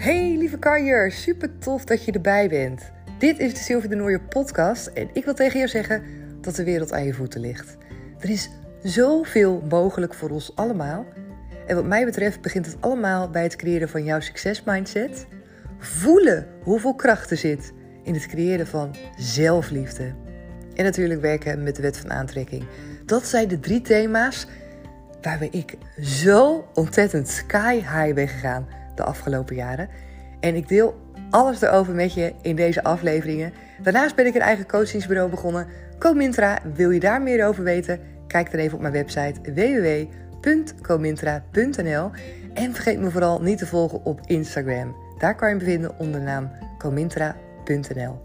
Hey lieve kanjer, super tof dat je erbij bent. Dit is de Sylvie de Nooijer podcast en ik wil tegen jou zeggen dat de wereld aan je voeten ligt. Er is zoveel mogelijk voor ons allemaal. En wat mij betreft begint het allemaal bij het creëren van jouw succesmindset. Voelen hoeveel kracht er zit in het creëren van zelfliefde. En natuurlijk werken met de wet van aantrekking. Dat zijn de 3 thema's waarbij ik zo ontzettend sky high ben gegaan de afgelopen jaren. En ik deel alles erover met je in deze afleveringen. Daarnaast ben ik een eigen coachingsbureau begonnen. Comintra, wil je daar meer over weten? Kijk dan even op mijn website www.comintra.nl. En vergeet me vooral niet te volgen op Instagram. Daar kan je me vinden onder de naam comintra.nl.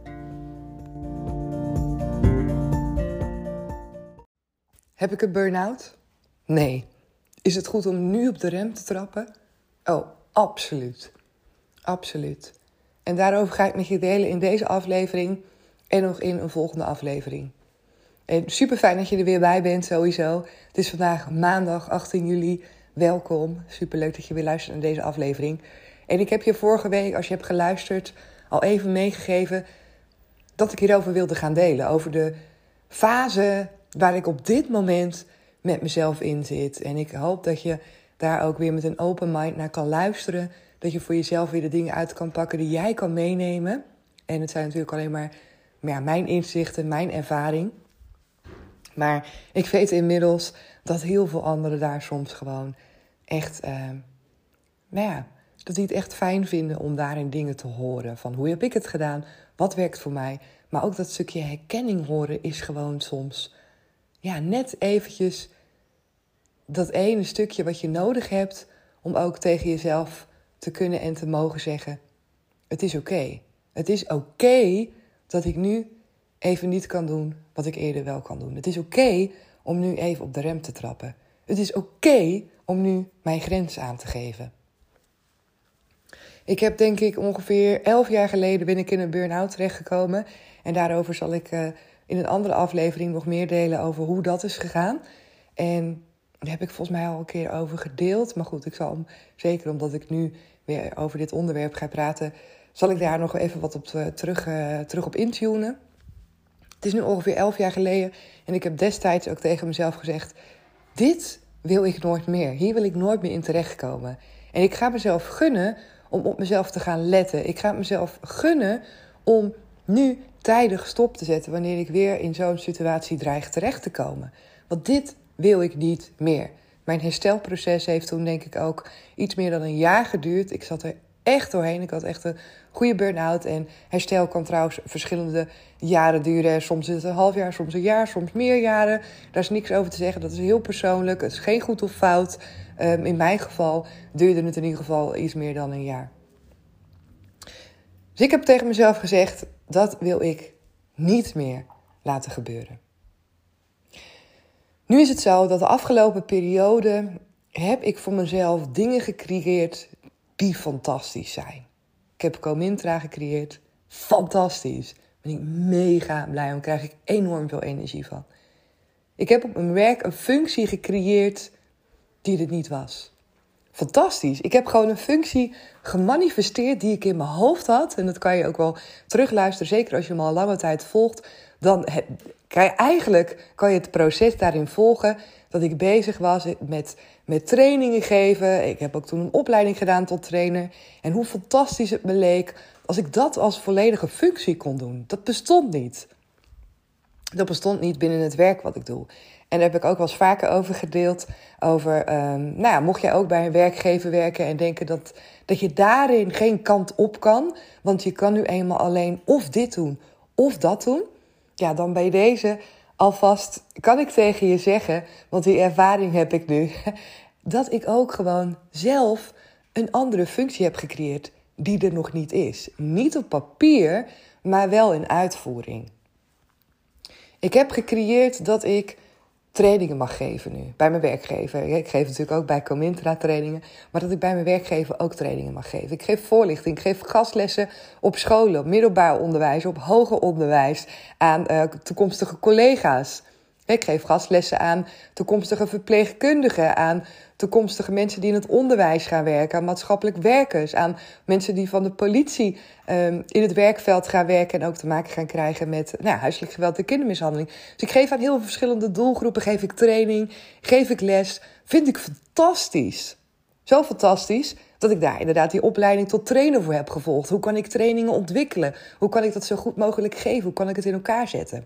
Heb ik een burn-out? Nee. Is het goed om nu op de rem te trappen? Oh, absoluut. Absoluut. En daarover ga ik met je delen in deze aflevering en nog in een volgende aflevering. En super fijn dat je er weer bij bent sowieso. Het is vandaag maandag 18 juli. Welkom. Super leuk dat je weer luistert naar deze aflevering. En ik heb je vorige week, als je hebt geluisterd, al even meegegeven dat ik hierover wilde gaan delen. Over de fase waar ik op dit moment met mezelf in zit. En ik hoop dat je daar ook weer met een open mind naar kan luisteren. Dat je voor jezelf weer de dingen uit kan pakken die jij kan meenemen. En het zijn natuurlijk alleen maar mijn inzichten, mijn ervaring. Maar ik weet inmiddels dat heel veel anderen daar soms gewoon echt, dat die het echt fijn vinden om daarin dingen te horen. Van hoe heb ik het gedaan? Wat werkt voor mij? Maar ook dat stukje herkenning horen is gewoon soms net eventjes dat ene stukje wat je nodig hebt om ook tegen jezelf te kunnen en te mogen zeggen: het is oké. Het is oké dat ik nu even niet kan doen wat ik eerder wel kan doen. Het is oké om nu even op de rem te trappen. Het is oké om nu mijn grens aan te geven. Ik heb denk ik ongeveer 11 jaar geleden ben ik in een burn-out terechtgekomen. En daarover zal ik in een andere aflevering nog meer delen over hoe dat is gegaan. En daar heb ik volgens mij al een keer over gedeeld. Maar goed, ik zal zeker omdat ik nu weer over dit onderwerp ga praten, zal ik daar nog even wat op terug op intunen. Het is nu ongeveer 11 jaar geleden en ik heb destijds ook tegen mezelf gezegd: dit wil ik nooit meer. Hier wil ik nooit meer in terechtkomen. En ik ga mezelf gunnen om op mezelf te gaan letten. Ik ga mezelf gunnen om nu tijdig stop te zetten wanneer ik weer in zo'n situatie dreig terecht te komen. Want dit wil ik niet meer. Mijn herstelproces heeft toen denk ik ook iets meer dan een jaar geduurd. Ik zat er echt doorheen. Ik had echt een goede burn-out. En herstel kan trouwens verschillende jaren duren. Soms is het een half jaar, soms een jaar, soms meer jaren. Daar is niks over te zeggen. Dat is heel persoonlijk. Het is geen goed of fout. In mijn geval duurde het in ieder geval iets meer dan een jaar. Dus ik heb tegen mezelf gezegd: dat wil ik niet meer laten gebeuren. Nu is het zo dat de afgelopen periode heb ik voor mezelf dingen gecreëerd die fantastisch zijn. Ik heb Comintra gecreëerd. Fantastisch. Daar ben ik mega blij om. Daar krijg ik enorm veel energie van. Ik heb op mijn werk een functie gecreëerd die er niet was. Fantastisch. Ik heb gewoon een functie gemanifesteerd die ik in mijn hoofd had. En dat kan je ook wel terugluisteren. Zeker als je me al lange tijd volgt. Dan kan je het proces daarin volgen. Dat ik bezig was met trainingen geven. Ik heb ook toen een opleiding gedaan tot trainer. En hoe fantastisch het me leek als ik dat als volledige functie kon doen. Dat bestond niet. Dat bestond niet binnen het werk wat ik doe. En daar heb ik ook wel eens vaker over gedeeld. Over, mocht jij ook bij een werkgever werken en denken dat je daarin geen kant op kan. Want je kan nu eenmaal alleen of dit doen of dat doen. Ja, dan bij deze alvast kan ik tegen je zeggen, want die ervaring heb ik nu, dat ik ook gewoon zelf een andere functie heb gecreëerd die er nog niet is. Niet op papier, maar wel in uitvoering. Ik heb gecreëerd dat ik trainingen mag geven nu, bij mijn werkgever. Ik geef natuurlijk ook bij Comintra trainingen, maar dat ik bij mijn werkgever ook trainingen mag geven. Ik geef voorlichting, ik geef gastlessen op scholen, op middelbaar onderwijs, op hoger onderwijs, aan toekomstige collega's. Ik geef gastlessen aan toekomstige verpleegkundigen, aan toekomstige mensen die in het onderwijs gaan werken, aan maatschappelijk werkers, aan mensen die van de politie in het werkveld gaan werken en ook te maken gaan krijgen met huiselijk geweld en kindermishandeling. Dus ik geef aan heel veel verschillende doelgroepen, geef ik training, geef ik les. Vind ik fantastisch. Zo fantastisch dat ik daar inderdaad die opleiding tot trainer voor heb gevolgd. Hoe kan ik trainingen ontwikkelen? Hoe kan ik dat zo goed mogelijk geven? Hoe kan ik het in elkaar zetten?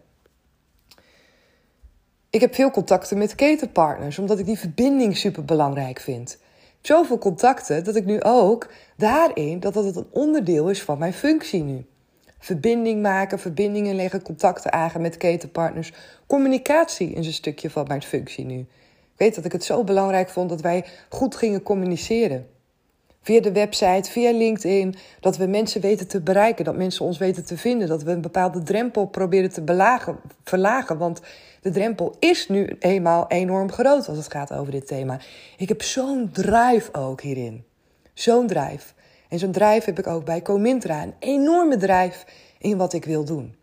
Ik heb veel contacten met ketenpartners, omdat ik die verbinding super belangrijk vind. Ik heb zoveel contacten dat ik nu ook daarin, dat het een onderdeel is van mijn functie nu. Verbinding maken, verbindingen leggen, contacten aangaan met ketenpartners. Communicatie is een stukje van mijn functie nu. Ik weet dat ik het zo belangrijk vond dat wij goed gingen communiceren. Via de website, via LinkedIn, dat we mensen weten te bereiken, dat mensen ons weten te vinden, dat we een bepaalde drempel proberen te verlagen, want de drempel is nu eenmaal enorm groot als het gaat over dit thema. Ik heb zo'n drive ook hierin. Zo'n drive. En zo'n drive heb ik ook bij Comintra, een enorme drive in wat ik wil doen.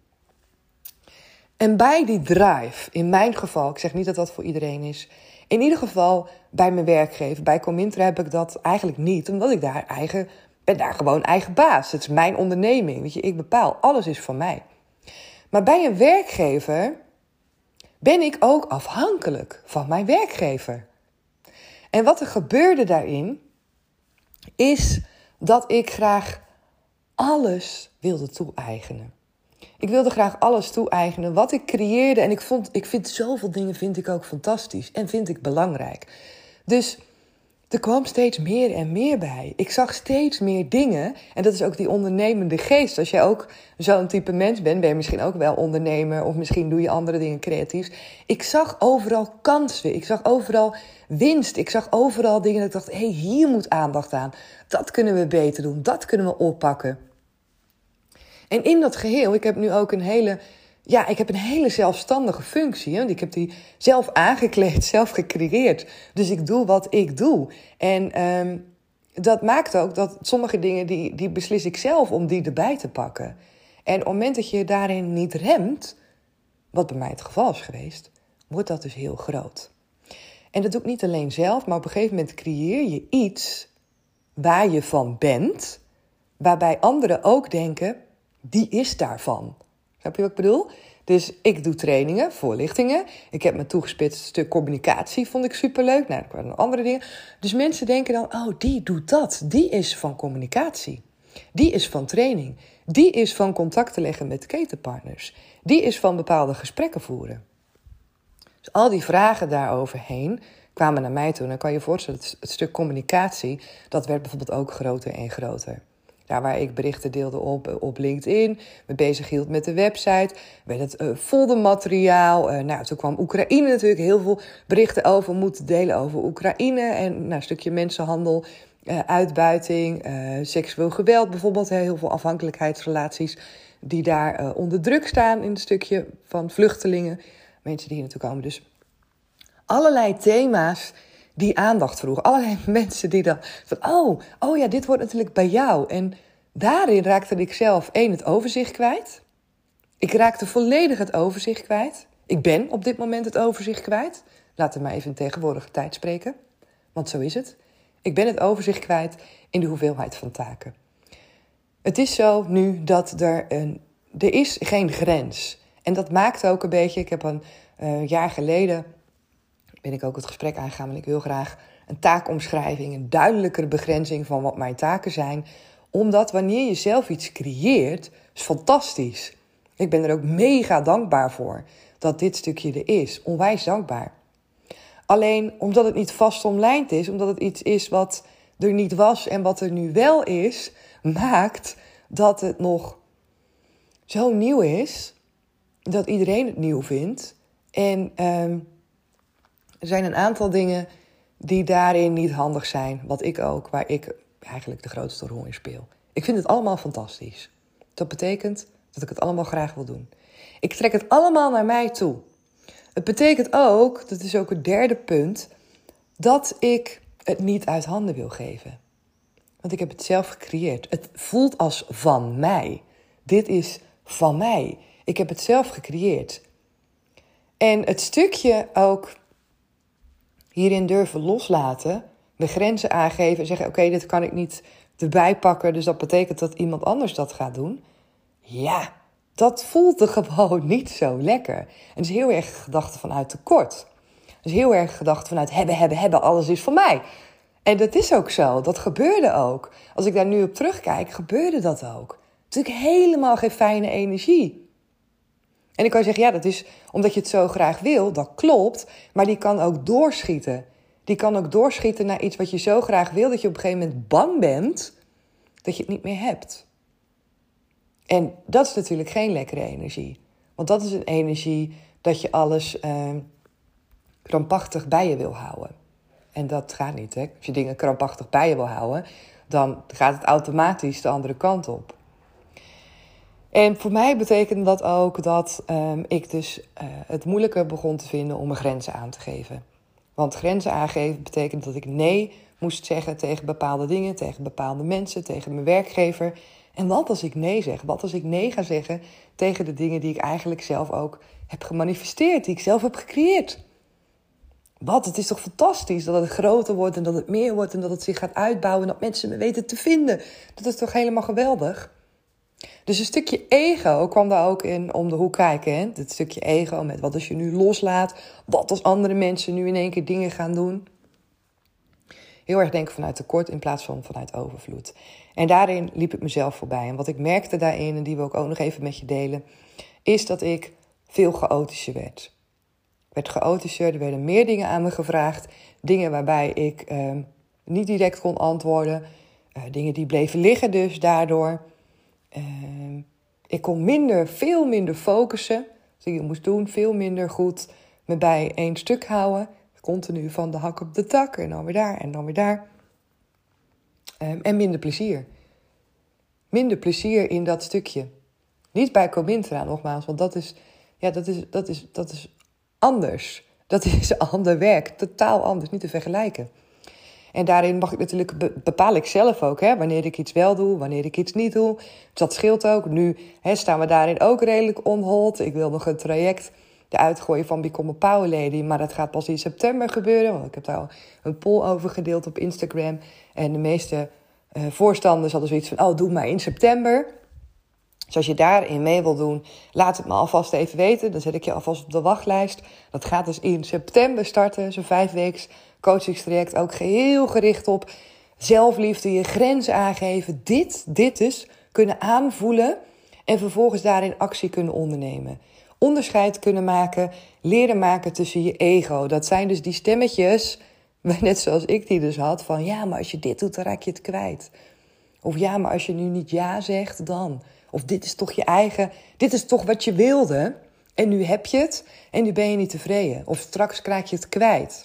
En bij die drive, in mijn geval, ik zeg niet dat dat voor iedereen is, in ieder geval bij mijn werkgever, bij Comintra heb ik dat eigenlijk niet, omdat ik ben daar gewoon eigen baas. Het is mijn onderneming, weet je, ik bepaal, alles is van mij. Maar bij een werkgever ben ik ook afhankelijk van mijn werkgever. En wat er gebeurde daarin, is dat ik graag alles wilde toe-eigenen. Ik wilde graag alles toe-eigenen wat ik creëerde. En ik vind zoveel dingen vind ik ook fantastisch en vind ik belangrijk. Dus er kwam steeds meer en meer bij. Ik zag steeds meer dingen. En dat is ook die ondernemende geest. Als jij ook zo'n type mens bent, ben je misschien ook wel ondernemer. Of misschien doe je andere dingen creatiefs. Ik zag overal kansen. Ik zag overal winst. Ik zag overal dingen dat ik dacht, hier moet aandacht aan. Dat kunnen we beter doen. Dat kunnen we oppakken. En in dat geheel, ik heb nu ook een hele zelfstandige functie. Hè? Ik heb die zelf aangekleed, zelf gecreëerd. Dus ik doe wat ik doe. En dat maakt ook dat sommige dingen, die beslis ik zelf om die erbij te pakken. En op het moment dat je daarin niet remt, wat bij mij het geval is geweest, wordt dat dus heel groot. En dat doe ik niet alleen zelf, maar op een gegeven moment creëer je iets waar je van bent, waarbij anderen ook denken, die is daarvan. Snap je wat ik bedoel? Dus ik doe trainingen, voorlichtingen. Ik heb me toegespitst stuk communicatie, vond ik superleuk. Nou, er kwamen nog andere dingen. Dus mensen denken dan, die doet dat. Die is van communicatie. Die is van training. Die is van contacten leggen met ketenpartners. Die is van bepaalde gesprekken voeren. Dus al die vragen daaroverheen kwamen naar mij toe. En dan kan je je voorstellen, het stuk communicatie, dat werd bijvoorbeeld ook groter en groter. Daar waar ik berichten deelde op LinkedIn, me bezig hield met de website, werd het foldermateriaal. Toen kwam Oekraïne natuurlijk, heel veel berichten over moeten delen over Oekraïne. En een stukje mensenhandel, uitbuiting, seksueel geweld bijvoorbeeld. Heel veel afhankelijkheidsrelaties die daar onder druk staan in het stukje van vluchtelingen. Mensen die hier naartoe komen. Dus allerlei thema's die aandacht vroegen. Allerlei mensen die dan van, dit wordt natuurlijk bij jou. En daarin raakte ik zelf het overzicht kwijt. Ik raakte volledig het overzicht kwijt. Ik ben op dit moment het overzicht kwijt. Laten we maar even in tegenwoordige tijd spreken. Want zo is het. Ik ben het overzicht kwijt in de hoeveelheid van taken. Het is zo nu dat er is geen grens. En dat maakt ook een beetje, ik heb een jaar geleden ben ik ook het gesprek aangegaan, want ik wil graag een taakomschrijving, een duidelijkere begrenzing van wat mijn taken zijn. Omdat wanneer je zelf iets creëert, is fantastisch. Ik ben er ook mega dankbaar voor dat dit stukje er is. Onwijs dankbaar. Alleen omdat het niet vast omlijnd is, omdat het iets is wat er niet was en wat er nu wel is, maakt dat het nog zo nieuw is, dat iedereen het nieuw vindt. En er zijn een aantal dingen die daarin niet handig zijn. Waar ik eigenlijk de grootste rol in speel. Ik vind het allemaal fantastisch. Dat betekent dat ik het allemaal graag wil doen. Ik trek het allemaal naar mij toe. Het betekent ook, dat is ook het derde punt, dat ik het niet uit handen wil geven. Want ik heb het zelf gecreëerd. Het voelt als van mij. Dit is van mij. Ik heb het zelf gecreëerd. En het stukje ook hierin durven loslaten, de grenzen aangeven en zeggen, oké, dit kan ik niet erbij pakken, dus dat betekent dat iemand anders dat gaat doen. Ja, dat voelt er gewoon niet zo lekker. En het is heel erg gedachte vanuit tekort. Het is heel erg gedachte vanuit hebben, alles is van mij. En dat is ook zo, dat gebeurde ook. Als ik daar nu op terugkijk, gebeurde dat ook. Natuurlijk helemaal geen fijne energie. En ik kan zeggen, ja, dat is omdat je het zo graag wil, dat klopt. Maar die kan ook doorschieten. Die kan ook doorschieten naar iets wat je zo graag wil, dat je op een gegeven moment bang bent dat je het niet meer hebt. En dat is natuurlijk geen lekkere energie. Want dat is een energie dat je alles krampachtig bij je wil houden. En dat gaat niet, hè. Als je dingen krampachtig bij je wil houden, dan gaat het automatisch de andere kant op. En voor mij betekende dat ook dat ik dus het moeilijker begon te vinden om mijn grenzen aan te geven. Want grenzen aangeven betekent dat ik nee moest zeggen tegen bepaalde dingen, tegen bepaalde mensen, tegen mijn werkgever. En wat als ik nee zeg? Wat als ik nee ga zeggen tegen de dingen die ik eigenlijk zelf ook heb gemanifesteerd, die ik zelf heb gecreëerd? Wat? Het is toch fantastisch dat het groter wordt en dat het meer wordt en dat het zich gaat uitbouwen en dat mensen me weten te vinden. Dat is toch helemaal geweldig? Dus een stukje ego kwam daar ook in om de hoek kijken. Hè? Dit stukje ego met wat als je nu loslaat, wat als andere mensen nu in één keer dingen gaan doen. Heel erg denken vanuit tekort in plaats van vanuit overvloed. En daarin liep ik mezelf voorbij. En wat ik merkte daarin, en die wil ik ook nog even met je delen, is dat ik veel chaotischer werd. Ik werd chaotischer, er werden meer dingen aan me gevraagd. Dingen waarbij ik niet direct kon antwoorden. Dingen die bleven liggen dus daardoor. Ik kon veel minder focussen. Dus ik moest doen, veel minder goed me bij één stuk houden. Continu van de hak op de tak en dan weer daar en dan weer daar. En minder plezier. Minder plezier in dat stukje. Niet bij Comintra nogmaals, want dat is anders. Dat is ander werk, totaal anders, niet te vergelijken. En daarin bepaal ik zelf ook, hè, wanneer ik iets wel doe, wanneer ik iets niet doe. Dus dat scheelt ook. Nu staan we daarin ook redelijk on hold. Ik wil nog een traject eruit gooien van Become a Power Lady, maar dat gaat pas in september gebeuren. Want ik heb daar al een poll over gedeeld op Instagram. En de meeste voorstanders hadden zoiets van, doe maar in september. Dus als je daarin mee wil doen, laat het me alvast even weten. Dan zet ik je alvast op de wachtlijst. Dat gaat dus in september starten, zo'n 5 weken coachingstraject. Ook geheel gericht op zelfliefde, je grenzen aangeven. Dit dus kunnen aanvoelen en vervolgens daarin actie kunnen ondernemen. Onderscheid kunnen maken, leren maken tussen je ego. Dat zijn dus die stemmetjes, net zoals ik die dus had, van ja, maar als je dit doet, dan raak je het kwijt. Of ja, maar als je nu niet ja zegt, dan. Of dit is toch je eigen, dit is toch wat je wilde. En nu heb je het en nu ben je niet tevreden. Of straks krijg je het kwijt.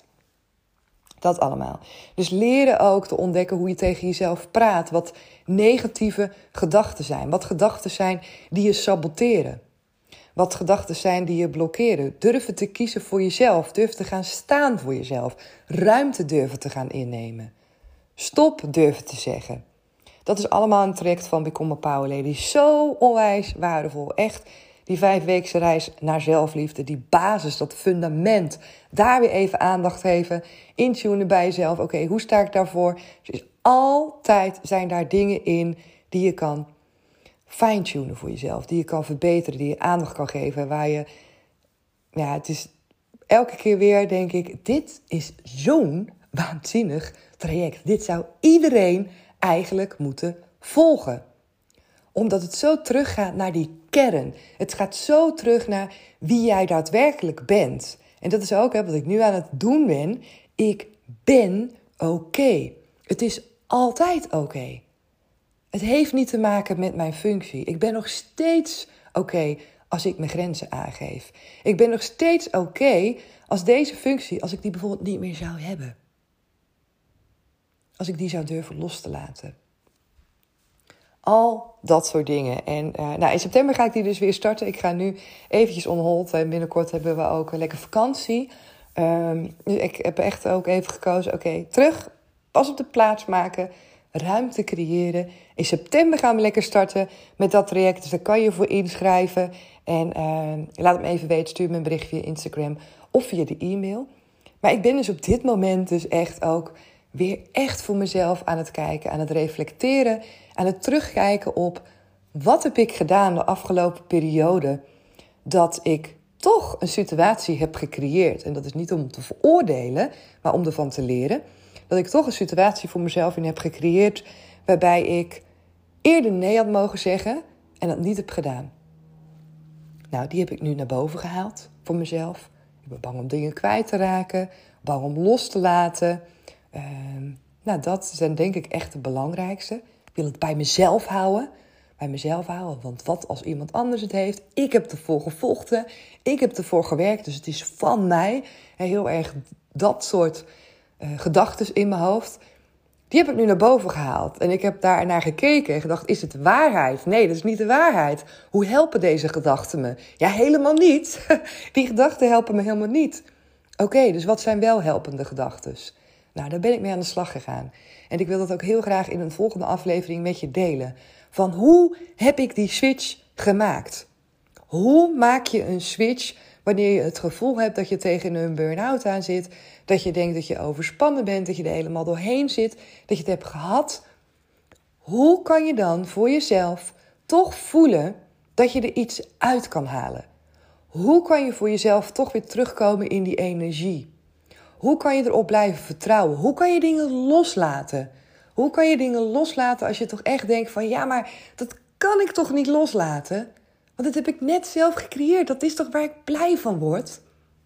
Dat allemaal. Dus leren ook te ontdekken hoe je tegen jezelf praat. Wat negatieve gedachten zijn. Wat gedachten zijn die je saboteren. Wat gedachten zijn die je blokkeren. Durven te kiezen voor jezelf. Durven te gaan staan voor jezelf. Ruimte durven te gaan innemen. Stop durven te zeggen. Dat is allemaal een traject van Become a Power Lady. Zo onwijs waardevol. Echt die 5-weekse reis naar zelfliefde. Die basis, dat fundament. Daar weer even aandacht geven. Intunen bij jezelf. Oké, hoe sta ik daarvoor? Dus altijd zijn daar dingen in die je kan fine-tunen voor jezelf. Die je kan verbeteren. Die je aandacht kan geven. Waar je, ja, het is elke keer weer, denk ik, dit is zo'n waanzinnig traject. Dit zou iedereen eigenlijk moeten volgen. Omdat het zo teruggaat naar die kern. Het gaat zo terug naar wie jij daadwerkelijk bent. En dat is ook wat ik nu aan het doen ben. Ik ben oké. Het is altijd oké. Het heeft niet te maken met mijn functie. Ik ben nog steeds oké als ik mijn grenzen aangeef. Ik ben nog steeds oké als deze functie, als ik die bijvoorbeeld niet meer zou hebben. Als ik die zou durven los te laten. Al dat soort dingen. En in september ga ik die dus weer starten. Ik ga nu eventjes on hold. En binnenkort hebben we ook een lekker vakantie. Dus ik heb echt ook even gekozen. Oké, terug. Pas op de plaats maken. ruimte creëren. In september gaan we lekker starten met dat traject. Dus daar kan je voor inschrijven. En laat me even weten, stuur me een bericht via Instagram of via de e-mail. Maar ik ben dus op dit moment dus echt ook weer echt voor mezelf aan het kijken, aan het reflecteren, aan het terugkijken op wat heb ik gedaan de afgelopen periode dat ik toch een situatie heb gecreëerd. En dat is niet om te veroordelen, maar om ervan te leren. Dat ik toch een situatie voor mezelf in heb gecreëerd waarbij ik eerder nee had mogen zeggen en dat niet heb gedaan. Nou, die heb ik nu naar boven gehaald voor mezelf. Ik ben bang om dingen kwijt te raken, bang om los te laten. Dat zijn denk ik echt de belangrijkste. Ik wil het bij mezelf houden. Want wat als iemand anders het heeft? Ik heb ervoor gevochten. Ik heb ervoor gewerkt. Dus het is van mij. Heel erg dat soort gedachten in mijn hoofd. Die heb ik nu naar boven gehaald. En ik heb daar naar gekeken en gedacht, is het waarheid? Nee, dat is niet de waarheid. Hoe helpen deze gedachten me? Ja, helemaal niet. Die gedachten helpen me helemaal niet. Oké, dus wat zijn wel helpende gedachten? Nou, daar ben ik mee aan de slag gegaan. En ik wil dat ook heel graag in een volgende aflevering met je delen. Van hoe heb ik die switch gemaakt? Hoe maak je een switch wanneer je het gevoel hebt dat je tegen een burn-out aan zit, dat je denkt dat je overspannen bent, dat je er helemaal doorheen zit, dat je het hebt gehad? Hoe kan je dan voor jezelf toch voelen dat je er iets uit kan halen? Hoe kan je voor jezelf toch weer terugkomen in die energie? Hoe kan je erop blijven vertrouwen? Hoe kan je dingen loslaten? Hoe kan je dingen loslaten als je toch echt denkt van, ja, maar dat kan ik toch niet loslaten? Want dat heb ik net zelf gecreëerd. Dat is toch waar ik blij van word?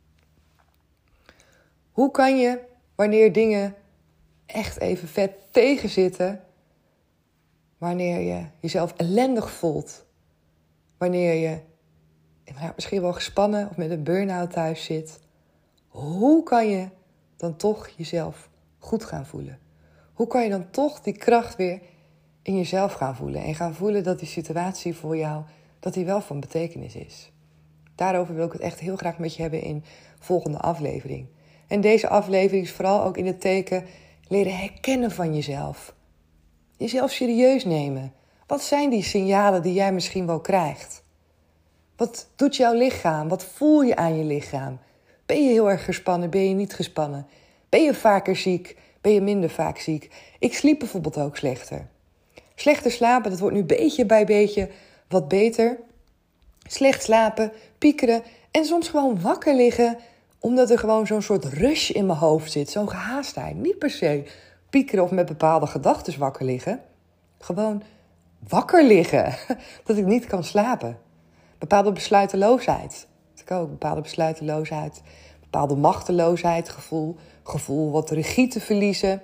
Hoe kan je, wanneer dingen echt even vet tegenzitten, wanneer je jezelf ellendig voelt, wanneer je misschien wel gespannen of met een burn-out thuis zit, hoe kan je dan toch jezelf goed gaan voelen? Hoe kan je dan toch die kracht weer in jezelf gaan voelen en gaan voelen dat die situatie voor jou, dat die wel van betekenis is? Daarover wil ik het echt heel graag met je hebben in de volgende aflevering. En deze aflevering is vooral ook in het teken leren herkennen van jezelf. Jezelf serieus nemen. Wat zijn die signalen die jij misschien wel krijgt? Wat doet jouw lichaam? Wat voel je aan je lichaam? Ben je heel erg gespannen? Ben je niet gespannen? Ben je vaker ziek? Ben je minder vaak ziek? Ik sliep bijvoorbeeld ook slechter. Slechter slapen, dat wordt nu beetje bij beetje wat beter. Slecht slapen, piekeren en soms gewoon wakker liggen, omdat er gewoon zo'n soort rush in mijn hoofd zit. Zo'n gehaastheid. Niet per se piekeren of met bepaalde gedachten wakker liggen. Gewoon wakker liggen. Dat ik niet kan slapen. Bepaalde besluiteloosheid. Dat ik ook bepaalde besluiteloosheid. Bepaalde machteloosheid. Gevoel wat regie te verliezen.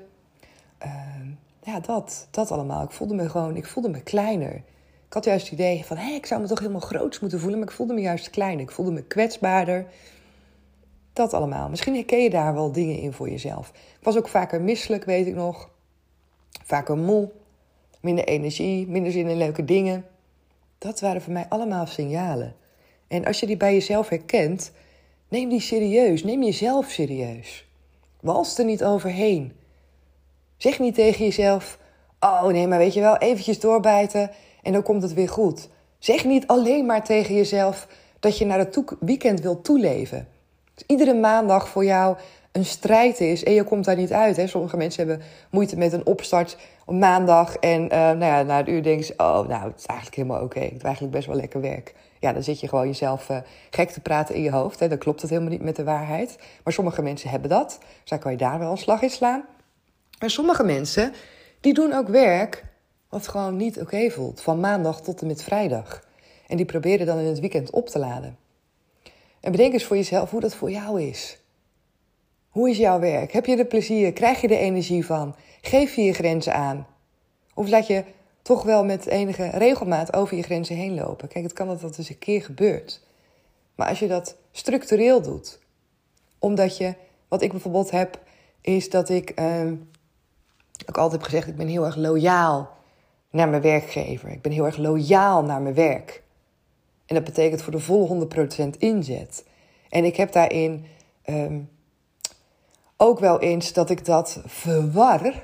Dat allemaal. Ik voelde me kleiner. Ik had juist het idee van, ik zou me toch helemaal groots moeten voelen, maar ik voelde me juist kleiner. Ik voelde me kwetsbaarder. Dat allemaal. Misschien herken je daar wel dingen in voor jezelf. Ik was ook vaker misselijk, weet ik nog. Vaker moe. Minder energie, minder zin in leuke dingen. Dat waren voor mij allemaal signalen. En als je die bij jezelf herkent, neem die serieus. Neem jezelf serieus. Wals er niet overheen. Zeg niet tegen jezelf, oh nee, maar weet je wel, eventjes doorbijten en dan komt het weer goed. Zeg niet alleen maar tegen jezelf dat je naar het weekend wilt toeleven. Dus iedere maandag voor jou een strijd is en je komt daar niet uit. Hè? Sommige mensen hebben moeite met een opstart op maandag en na een uur denken ze, het is eigenlijk helemaal oké. Ik doe eigenlijk best wel lekker werk. Ja, dan zit je gewoon jezelf gek te praten in je hoofd. Hè? Dan klopt het helemaal niet met de waarheid. Maar sommige mensen hebben dat. Dus dan kan je daar wel een slag in slaan. Maar sommige mensen, die doen ook werk wat gewoon niet oké voelt. Van maandag tot en met vrijdag. En die proberen dan in het weekend op te laden. En bedenk eens voor jezelf hoe dat voor jou is. Hoe is jouw werk? Heb je er plezier? Krijg je er energie van? Geef je je grenzen aan? Of laat je toch wel met enige regelmaat over je grenzen heen lopen? Kijk, het kan dat dat eens een keer gebeurt. Maar als je dat structureel doet. Omdat je, wat ik bijvoorbeeld heb, is dat ik ook altijd heb gezegd, ik ben heel erg loyaal naar mijn werkgever. Ik ben heel erg loyaal naar mijn werk. En dat betekent voor de volle 100% inzet. En ik heb daarin ook wel eens dat ik dat verwar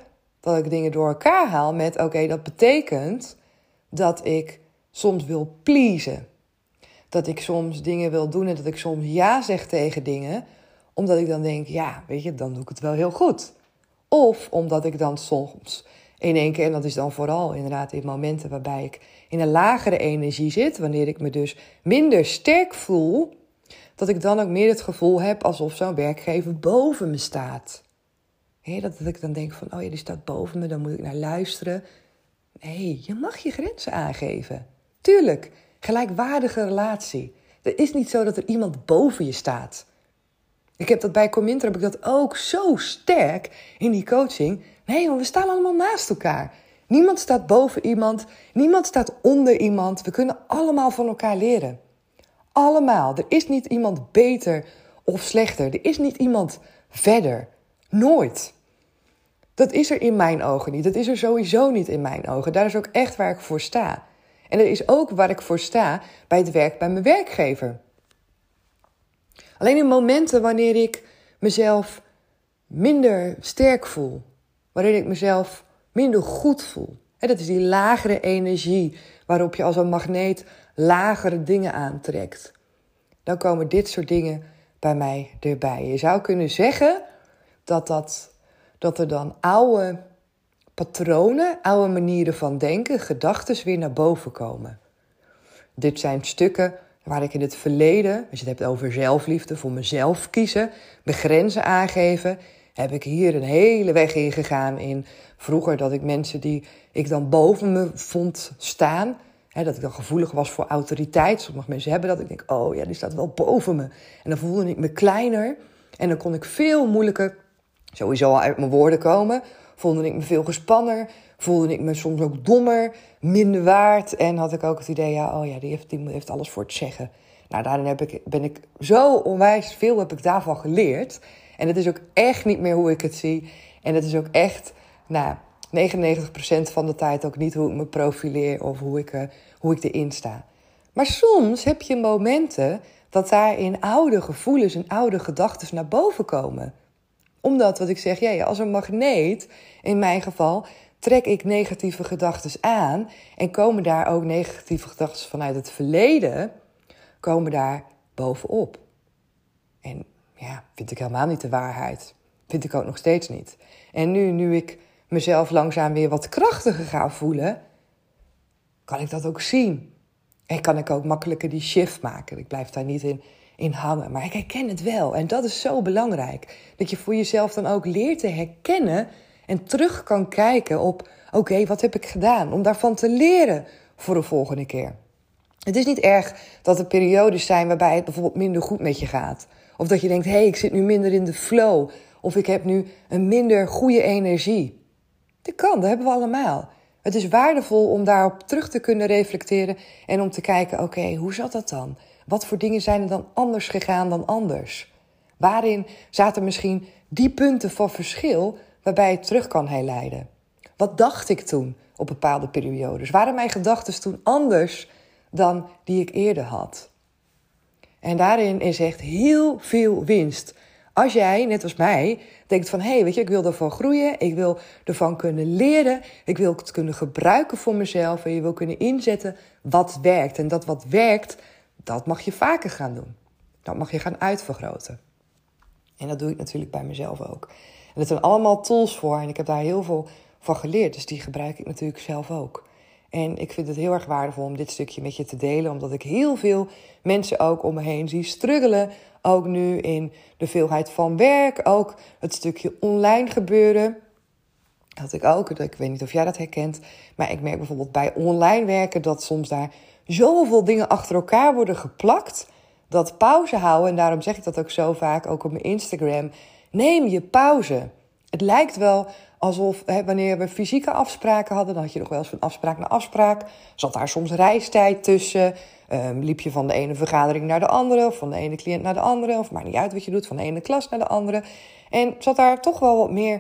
dat ik dingen door elkaar haal met... oké, dat betekent dat ik soms wil pleasen. Dat ik soms dingen wil doen en dat ik soms ja zeg tegen dingen... omdat ik dan denk, ja, weet je, dan doe ik het wel heel goed. Of omdat ik dan soms in één keer... en dat is dan vooral inderdaad in momenten waarbij ik in een lagere energie zit... wanneer ik me dus minder sterk voel... dat ik dan ook meer het gevoel heb alsof zo'n werkgever boven me staat. Dat ik dan denk van, oh ja, die staat boven me, dan moet ik naar luisteren. Nee, je mag je grenzen aangeven. Tuurlijk, gelijkwaardige relatie. Het is niet zo dat er iemand boven je staat. Ik heb dat bij Comintra, heb ik dat ook zo sterk in die coaching. Nee, want we staan allemaal naast elkaar. Niemand staat boven iemand, niemand staat onder iemand. We kunnen allemaal van elkaar leren. Allemaal. Er is niet iemand beter of slechter. Er is niet iemand verder. Nooit. Dat is er in mijn ogen niet. Dat is er sowieso niet in mijn ogen. Daar is ook echt waar ik voor sta. En er is ook waar ik voor sta bij het werk bij mijn werkgever. Alleen in momenten wanneer ik mezelf minder sterk voel. Wanneer ik mezelf minder goed voel. En dat is die lagere energie waarop je als een magneet lagere dingen aantrekt. Dan komen dit soort dingen bij mij erbij. Je zou kunnen zeggen dat er dan oude patronen, oude manieren van denken, gedachten weer naar boven komen. Dit zijn stukken waar ik in het verleden, als je het hebt over zelfliefde, voor mezelf kiezen, mijn grenzen aangeven, heb ik hier een hele weg in gegaan in vroeger dat ik mensen die ik dan boven me vond staan, dat ik dan gevoelig was voor autoriteit. Sommige mensen hebben dat. Ik denk, oh ja, die staat wel boven me. En dan voelde ik me kleiner. En dan kon ik veel moeilijker sowieso al uit mijn woorden komen. Voelde ik me veel gespanner. Voelde ik me soms ook dommer, minder waard. En had ik ook het idee, die heeft alles voor te zeggen. Nou, daarin ben ik zo onwijs veel heb ik daarvan geleerd. En het is ook echt niet meer hoe ik het zie. En het is ook echt, 99% van de tijd ook niet hoe ik me profileer of hoe ik erin sta. Maar soms heb je momenten dat daarin oude gevoelens en oude gedachten naar boven komen. Omdat, wat ik zeg, als een magneet, in mijn geval, trek ik negatieve gedachten aan. En komen daar ook negatieve gedachten vanuit het verleden, komen daar bovenop. En vind ik helemaal niet de waarheid. Vind ik ook nog steeds niet. En nu ik mezelf langzaam weer wat krachtiger ga voelen, kan ik dat ook zien. En kan ik ook makkelijker die shift maken. Ik blijf daar niet in hangen. Maar ik herken het wel. En dat is zo belangrijk. Dat je voor jezelf dan ook leert te herkennen en terug kan kijken op, oké, wat heb ik gedaan? Om daarvan te leren voor de volgende keer. Het is niet erg dat er periodes zijn waarbij het bijvoorbeeld minder goed met je gaat. Of dat je denkt, ik zit nu minder in de flow. Of ik heb nu een minder goede energie. Dat kan, dat hebben we allemaal. Het is waardevol om daarop terug te kunnen reflecteren en om te kijken, oké, hoe zat dat dan? Wat voor dingen zijn er dan anders gegaan dan anders? Waarin zaten misschien die punten van verschil waarbij je het terug kan herleiden? Wat dacht ik toen op bepaalde periodes? Waren mijn gedachten toen anders dan die ik eerder had? En daarin is echt heel veel winst. Als jij, net als mij, denkt van, ik wil ervan groeien, ik wil ervan kunnen leren, ik wil het kunnen gebruiken voor mezelf en je wil kunnen inzetten wat werkt. En dat wat werkt, dat mag je vaker gaan doen. Dat mag je gaan uitvergroten. En dat doe ik natuurlijk bij mezelf ook. En dat zijn allemaal tools voor en ik heb daar heel veel van geleerd, dus die gebruik ik natuurlijk zelf ook. En ik vind het heel erg waardevol om dit stukje met je te delen, omdat ik heel veel mensen ook om me heen zie struggelen. Ook nu in de veelheid van werk, ook het stukje online gebeuren. Dat ik weet niet of jij dat herkent, maar ik merk bijvoorbeeld bij online werken dat soms daar zoveel dingen achter elkaar worden geplakt. Dat pauze houden, en daarom zeg ik dat ook zo vaak, ook op mijn Instagram. Neem je pauze. Het lijkt wel alsof wanneer we fysieke afspraken hadden, dan had je nog wel eens van afspraak naar afspraak. Zat daar soms reistijd tussen. Liep je van de ene vergadering naar de andere, of van de ene cliënt naar de andere, of maakt niet uit wat je doet, van de ene klas naar de andere. En zat daar toch wel wat meer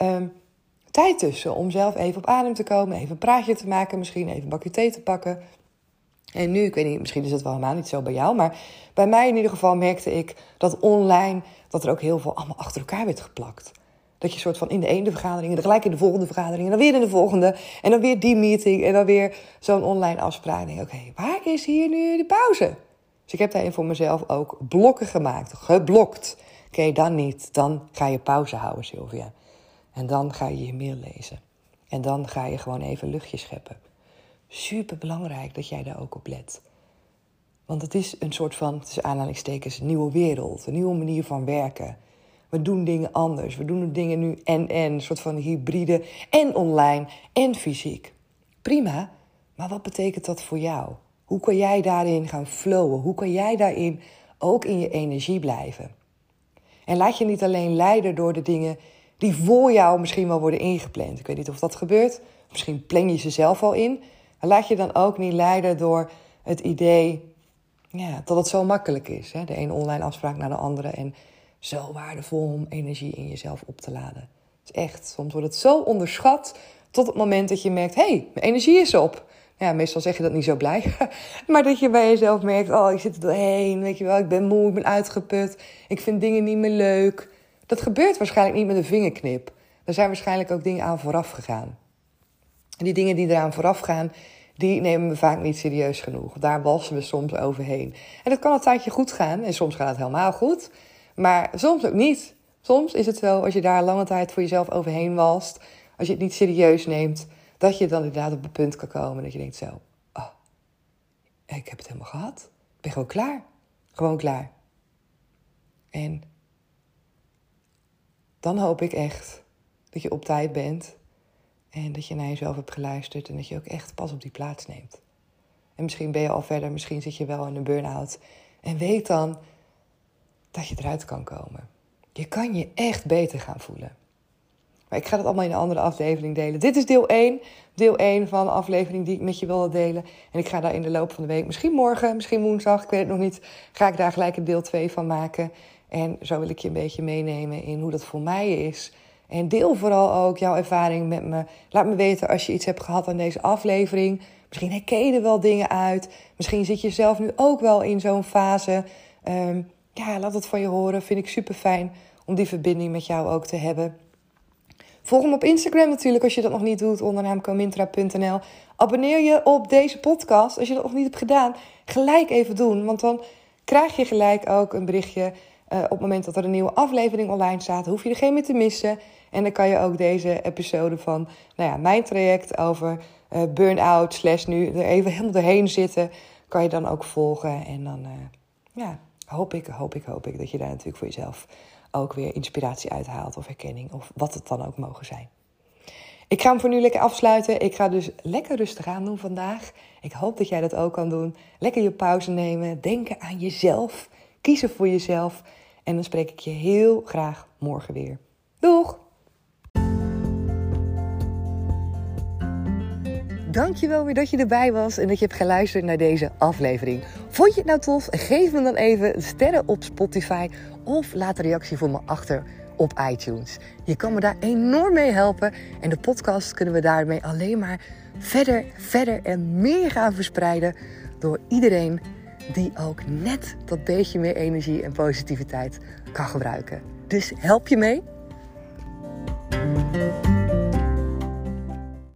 tijd tussen om zelf even op adem te komen, even een praatje te maken, misschien even een bakje thee te pakken. En nu, ik weet niet, misschien is het wel helemaal niet zo bij jou, maar bij mij in ieder geval merkte ik dat online, dat er ook heel veel allemaal achter elkaar werd geplakt. Dat je soort van in de ene vergadering en dan gelijk in de volgende vergadering en dan weer in de volgende. En dan weer die meeting en dan weer zo'n online afspraak. En oké, waar is hier nu de pauze? Dus ik heb daarin voor mezelf ook blokken gemaakt. Geblokt. Oké, dan niet. Dan ga je pauze houden, Sylvia. En dan ga je je mail lezen. En dan ga je gewoon even luchtje scheppen. Super belangrijk dat jij daar ook op let. Want het is een soort van, tussen aanhalingstekens, nieuwe wereld. Een nieuwe manier van werken. We doen dingen anders. We doen dingen nu een soort van hybride en online en fysiek. Prima, maar wat betekent dat voor jou? Hoe kan jij daarin gaan flowen? Hoe kan jij daarin ook in je energie blijven? En laat je niet alleen leiden door de dingen die voor jou misschien wel worden ingepland. Ik weet niet of dat gebeurt. Misschien plan je ze zelf al in. Maar laat je dan ook niet leiden door het idee dat het zo makkelijk is. Hè? De ene online afspraak naar de andere. En zo waardevol om energie in jezelf op te laden. Het is echt, soms wordt het zo onderschat tot het moment dat je merkt, hé, mijn energie is op. Ja, meestal zeg je dat niet zo blij. Maar dat je bij jezelf merkt, ik zit er doorheen, weet je wel, ik ben moe, ik ben uitgeput. Ik vind dingen niet meer leuk. Dat gebeurt waarschijnlijk niet met een vingerknip. Er zijn waarschijnlijk ook dingen aan vooraf gegaan. En die dingen die eraan vooraf gaan, die nemen we vaak niet serieus genoeg. Daar walsen we soms overheen. En dat kan een tijdje goed gaan. En soms gaat het helemaal goed. Maar soms ook niet. Soms is het zo, als je daar lange tijd voor jezelf overheen walst, als je het niet serieus neemt, dat je dan inderdaad op een punt kan komen dat je denkt zo, ik heb het helemaal gehad. Ik ben gewoon klaar. Gewoon klaar. En dan hoop ik echt dat je op tijd bent en dat je naar jezelf hebt geluisterd en dat je ook echt pas op die plaats neemt. En misschien ben je al verder, misschien zit je wel in een burn-out. En weet dan dat je eruit kan komen. Je kan je echt beter gaan voelen. Maar ik ga dat allemaal in een andere aflevering delen. Dit is deel 1. Deel 1 van de aflevering die ik met je wilde delen. En ik ga daar in de loop van de week, misschien morgen, misschien woensdag, ik weet het nog niet, ga ik daar gelijk een deel 2 van maken. En zo wil ik je een beetje meenemen in hoe dat voor mij is. En deel vooral ook jouw ervaring met me. Laat me weten als je iets hebt gehad aan deze aflevering. Misschien herken je er wel dingen uit. Misschien zit je zelf nu ook wel in zo'n fase. Laat het van je horen. Vind ik super fijn om die verbinding met jou ook te hebben. Volg me op Instagram natuurlijk als je dat nog niet doet, onder naam comintra.nl. Abonneer je op deze podcast als je dat nog niet hebt gedaan. Gelijk even doen, want dan krijg je gelijk ook een berichtje op het moment dat er een nieuwe aflevering online staat. Hoef je er geen meer te missen. En dan kan je ook deze episode van mijn traject over burn-out / nu er even helemaal doorheen zitten, kan je dan ook volgen. En dan hoop ik dat je daar natuurlijk voor jezelf ook weer inspiratie uithaalt of herkenning of wat het dan ook mogen zijn. Ik ga hem voor nu lekker afsluiten. Ik ga dus lekker rustig aan doen vandaag. Ik hoop dat jij dat ook kan doen. Lekker je pauze nemen, denken aan jezelf, kiezen voor jezelf. En dan spreek ik je heel graag morgen weer. Doeg! Dankjewel weer dat je erbij was en dat je hebt geluisterd naar deze aflevering. Vond je het nou tof? Geef me dan even sterren op Spotify of laat een reactie voor me achter op iTunes. Je kan me daar enorm mee helpen en de podcast kunnen we daarmee alleen maar verder en meer gaan verspreiden door iedereen die ook net dat beetje meer energie en positiviteit kan gebruiken. Dus help je mee?